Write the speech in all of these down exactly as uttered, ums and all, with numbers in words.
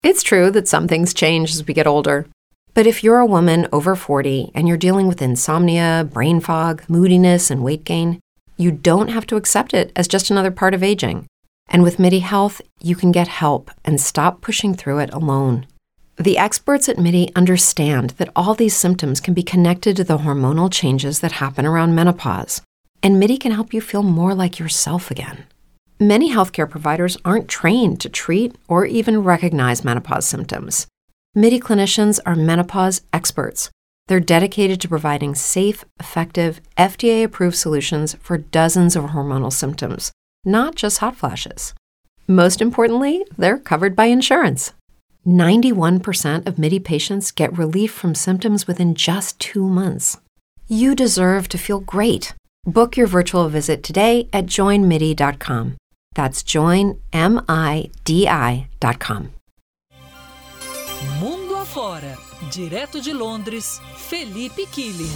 It's true that some things change as we get older. But if you're a woman over forty and you're dealing with insomnia, brain fog, moodiness, and weight gain, you don't have to accept it as just another part of aging. And with MIDI Health, you can get help and stop pushing through it alone. The experts at MIDI understand that all these symptoms can be connected to the hormonal changes that happen around menopause, and MIDI can help you feel more like yourself again. Many healthcare providers aren't trained to treat or even recognize menopause symptoms. MIDI clinicians are menopause experts. They're dedicated to providing safe, effective, F D A-approved solutions for dozens of hormonal symptoms, not just hot flashes. Most importantly, they're covered by insurance. ninety-one percent of MIDI patients get relief from symptoms within just two months. You deserve to feel great. Book your virtual visit today at join midi dot com. That's join midi dot com. Mundo afora, direto de Londres, Felipe Killing.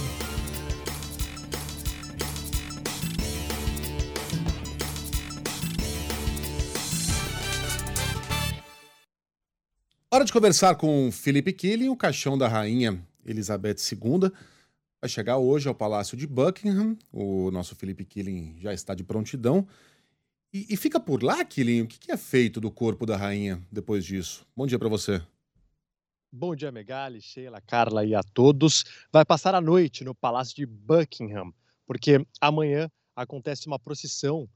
Hora de conversar com Felipe Killing. O caixão da rainha Elizabeth segunda vai chegar hoje ao Palácio de Buckingham. O nosso Felipe Killing já está de prontidão. E, e fica por lá, Killing, o que, que é feito do corpo da rainha depois disso? Bom dia para você. Bom dia, Megali, Sheila, Carla e a todos. Vai passar a noite no Palácio de Buckingham, porque amanhã acontece uma procissão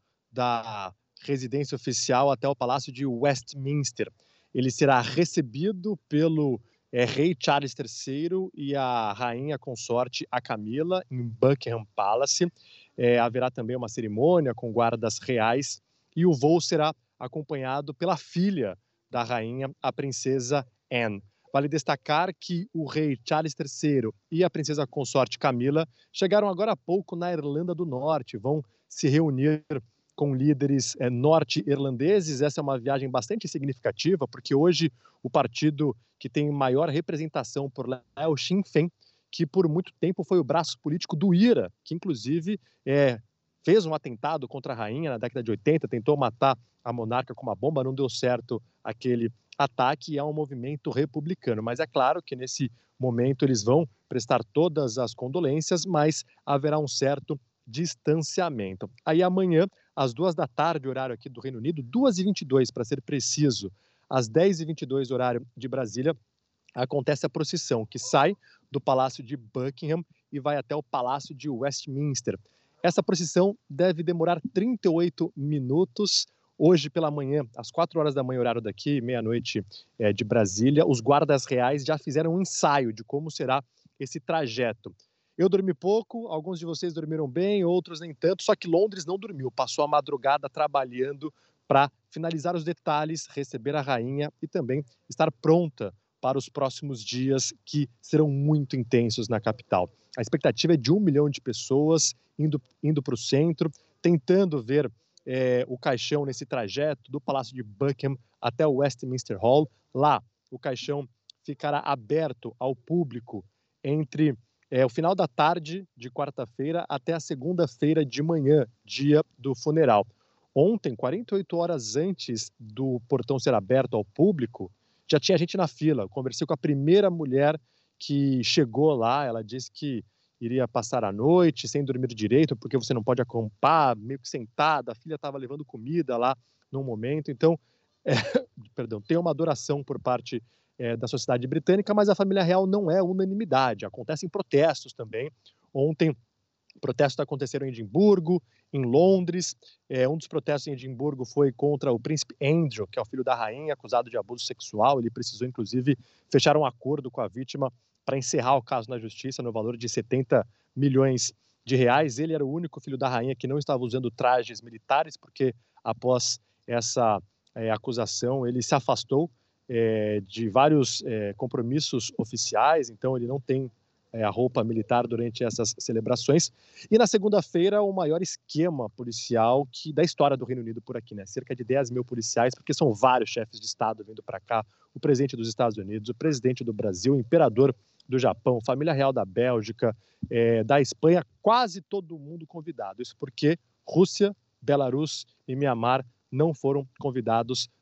da residência oficial até o Palácio de Westminster. Ele será recebido pelo é, rei Charles terceiro e a rainha consorte, a Camila, em Buckingham Palace. É, haverá também uma cerimônia com guardas reais e o voo será acompanhado pela filha da rainha, a princesa Anne. Vale destacar que o rei Charles terceiro e a princesa consorte Camila chegaram agora há pouco na Irlanda do Norte, vão se reunir com líderes é, norte-irlandeses. Essa é uma viagem bastante significativa, porque hoje o partido que tem maior representação por lá é o Sinn Féin, que por muito tempo foi o braço político do IRA, que inclusive é, fez um atentado contra a rainha na década de oitenta, tentou matar a monarca com uma bomba, não deu certo aquele ataque, é um movimento republicano. Mas é claro que nesse momento eles vão prestar todas as condolências, mas haverá um certo distanciamento. Aí amanhã, às duas da tarde, horário aqui do Reino Unido, duas e vinte e dois para ser preciso, às dez e vinte e dois, horário de Brasília, acontece a procissão que sai do Palácio de Buckingham e vai até o Palácio de Westminster. Essa procissão deve demorar trinta e oito minutos. Hoje pela manhã, às quatro horas da manhã, horário daqui, meia-noite é, de Brasília, os guardas reais já fizeram um ensaio de como será esse trajeto. Eu dormi pouco, alguns de vocês dormiram bem, outros nem tanto, só que Londres não dormiu, passou a madrugada trabalhando para finalizar os detalhes, receber a rainha e também estar pronta para os próximos dias que serão muito intensos na capital. A expectativa é de um milhão de pessoas indo, indo para o centro, tentando ver é, o caixão nesse trajeto do Palácio de Buckingham até o Westminster Hall. Lá, o caixão ficará aberto ao público entre é, o final da tarde de quarta-feira até a segunda-feira de manhã, dia do funeral. Ontem, quarenta e oito horas antes do portão ser aberto ao público, já tinha gente na fila. Eu conversei com a primeira mulher que chegou lá, ela disse que iria passar a noite sem dormir direito, porque você não pode acampar, meio que sentada, a filha estava levando comida lá no momento. Então, é, perdão, tem uma adoração por parte é, da sociedade britânica, mas a família real não é unanimidade. Acontecem protestos também. Ontem, protestos aconteceram em Edimburgo, em Londres. É, um dos protestos em Edimburgo foi contra o príncipe Andrew, que é o filho da rainha, acusado de abuso sexual. Ele precisou, inclusive, fechar um acordo com a vítima para encerrar o caso na justiça no valor de setenta milhões de reais. Ele era o único filho da rainha que não estava usando trajes militares, porque após essa é, acusação ele se afastou é, de vários é, compromissos oficiais, então ele não tem é, a roupa militar durante essas celebrações. E na segunda-feira, o maior esquema policial que, da história do Reino Unido por aqui, né? Cerca de dez mil policiais, porque são vários chefes de Estado vindo para cá, o presidente dos Estados Unidos, o presidente do Brasil, o imperador do Japão, família real da Bélgica, é, da Espanha, quase todo mundo convidado. Isso porque Rússia, Belarus e Mianmar não foram convidados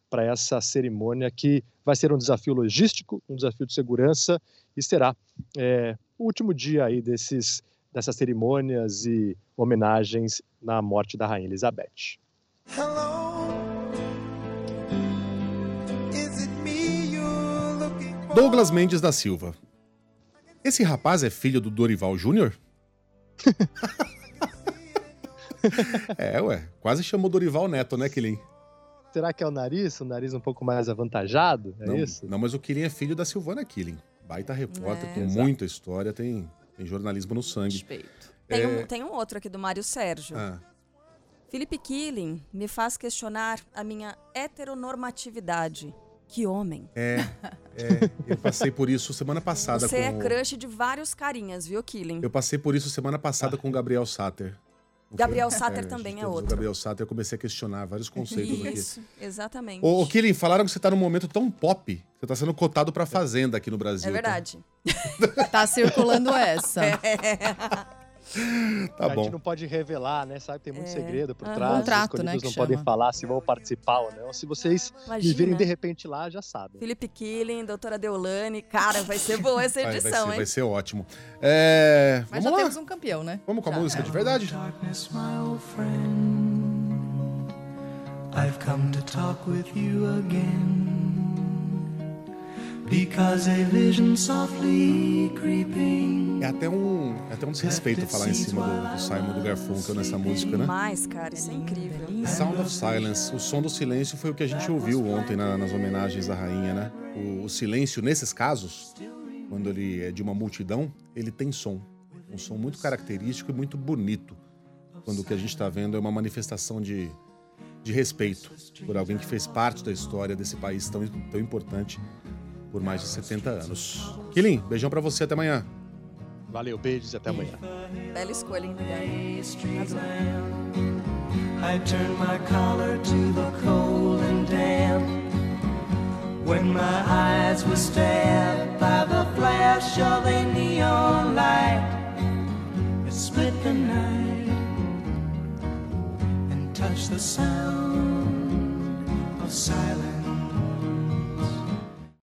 para essa cerimônia que vai ser um desafio logístico, um desafio de segurança e será é, o último dia aí desses, dessas cerimônias e homenagens na morte da Rainha Elizabeth. Douglas Mendes da Silva. Esse rapaz é filho do Dorival Júnior? É, ué. Quase chamou Dorival Neto, né, Quilin? Será que é o nariz? O nariz um pouco mais avantajado? É não, isso? Não, mas o Quilin é filho da Silvana Quilin. Baita repórter, É. com Exato. muita história, tem, tem jornalismo no sangue. Respeito. Tem, É. um, tem um outro aqui do Mário Sérgio. Ah, Felipe Killing me faz questionar a minha heteronormatividade. Que homem. é, é, eu passei por isso semana passada Você com... é o- crush de vários carinhas, viu, Killing? Eu passei por isso semana passada com o Gabriel Satter. Não Gabriel foi? Satter a também gente é teve outro. O Gabriel Satter, eu comecei a questionar vários conceitos aqui. Isso, exatamente. Ô, ô Killing, falaram que você tá num momento tão pop que você tá sendo cotado pra Fazenda aqui no Brasil. É verdade. Tá circulando essa. Tá a bom. gente não pode revelar, né? Sabe, tem muito É. segredo por Aham. trás. Contrato, os né, escolhidos que não chama. podem falar se vão participar ou não. Se vocês me Imagina. virem de repente lá, já sabem. Felipe Killing, doutora Deolane. Cara, vai ser boa essa Vai, vai edição, ser, hein? vai ser ótimo. É, Mas vamos já lá. temos um campeão, né? Vamos com a Já. música de verdade? Darkness, my old friend, I've come to talk with you again, because a vision softly creeping. É até um, é até um desrespeito falar em cima do, do Simon do Garfunkel nessa música, né? Demais, cara. Isso é incrível. Sound of Silence, o som do silêncio foi o que a gente ouviu ontem na- nas homenagens à rainha, né? O, o silêncio, nesses casos, quando ele é de uma multidão, ele tem som. Um som muito característico e muito bonito. Quando o que a gente está vendo é uma manifestação de, de respeito por alguém que fez parte da história desse país tão, tão importante por mais de setenta anos. Killing, beijão pra você, até amanhã. Valeu, beijos e até amanhã. Bela escolha, hein, Miguel? Street lamp, I turned my collar to the cold and damp, when my eyes were stabbed by the flash of a neon light. It split the night and touched the sound of silence.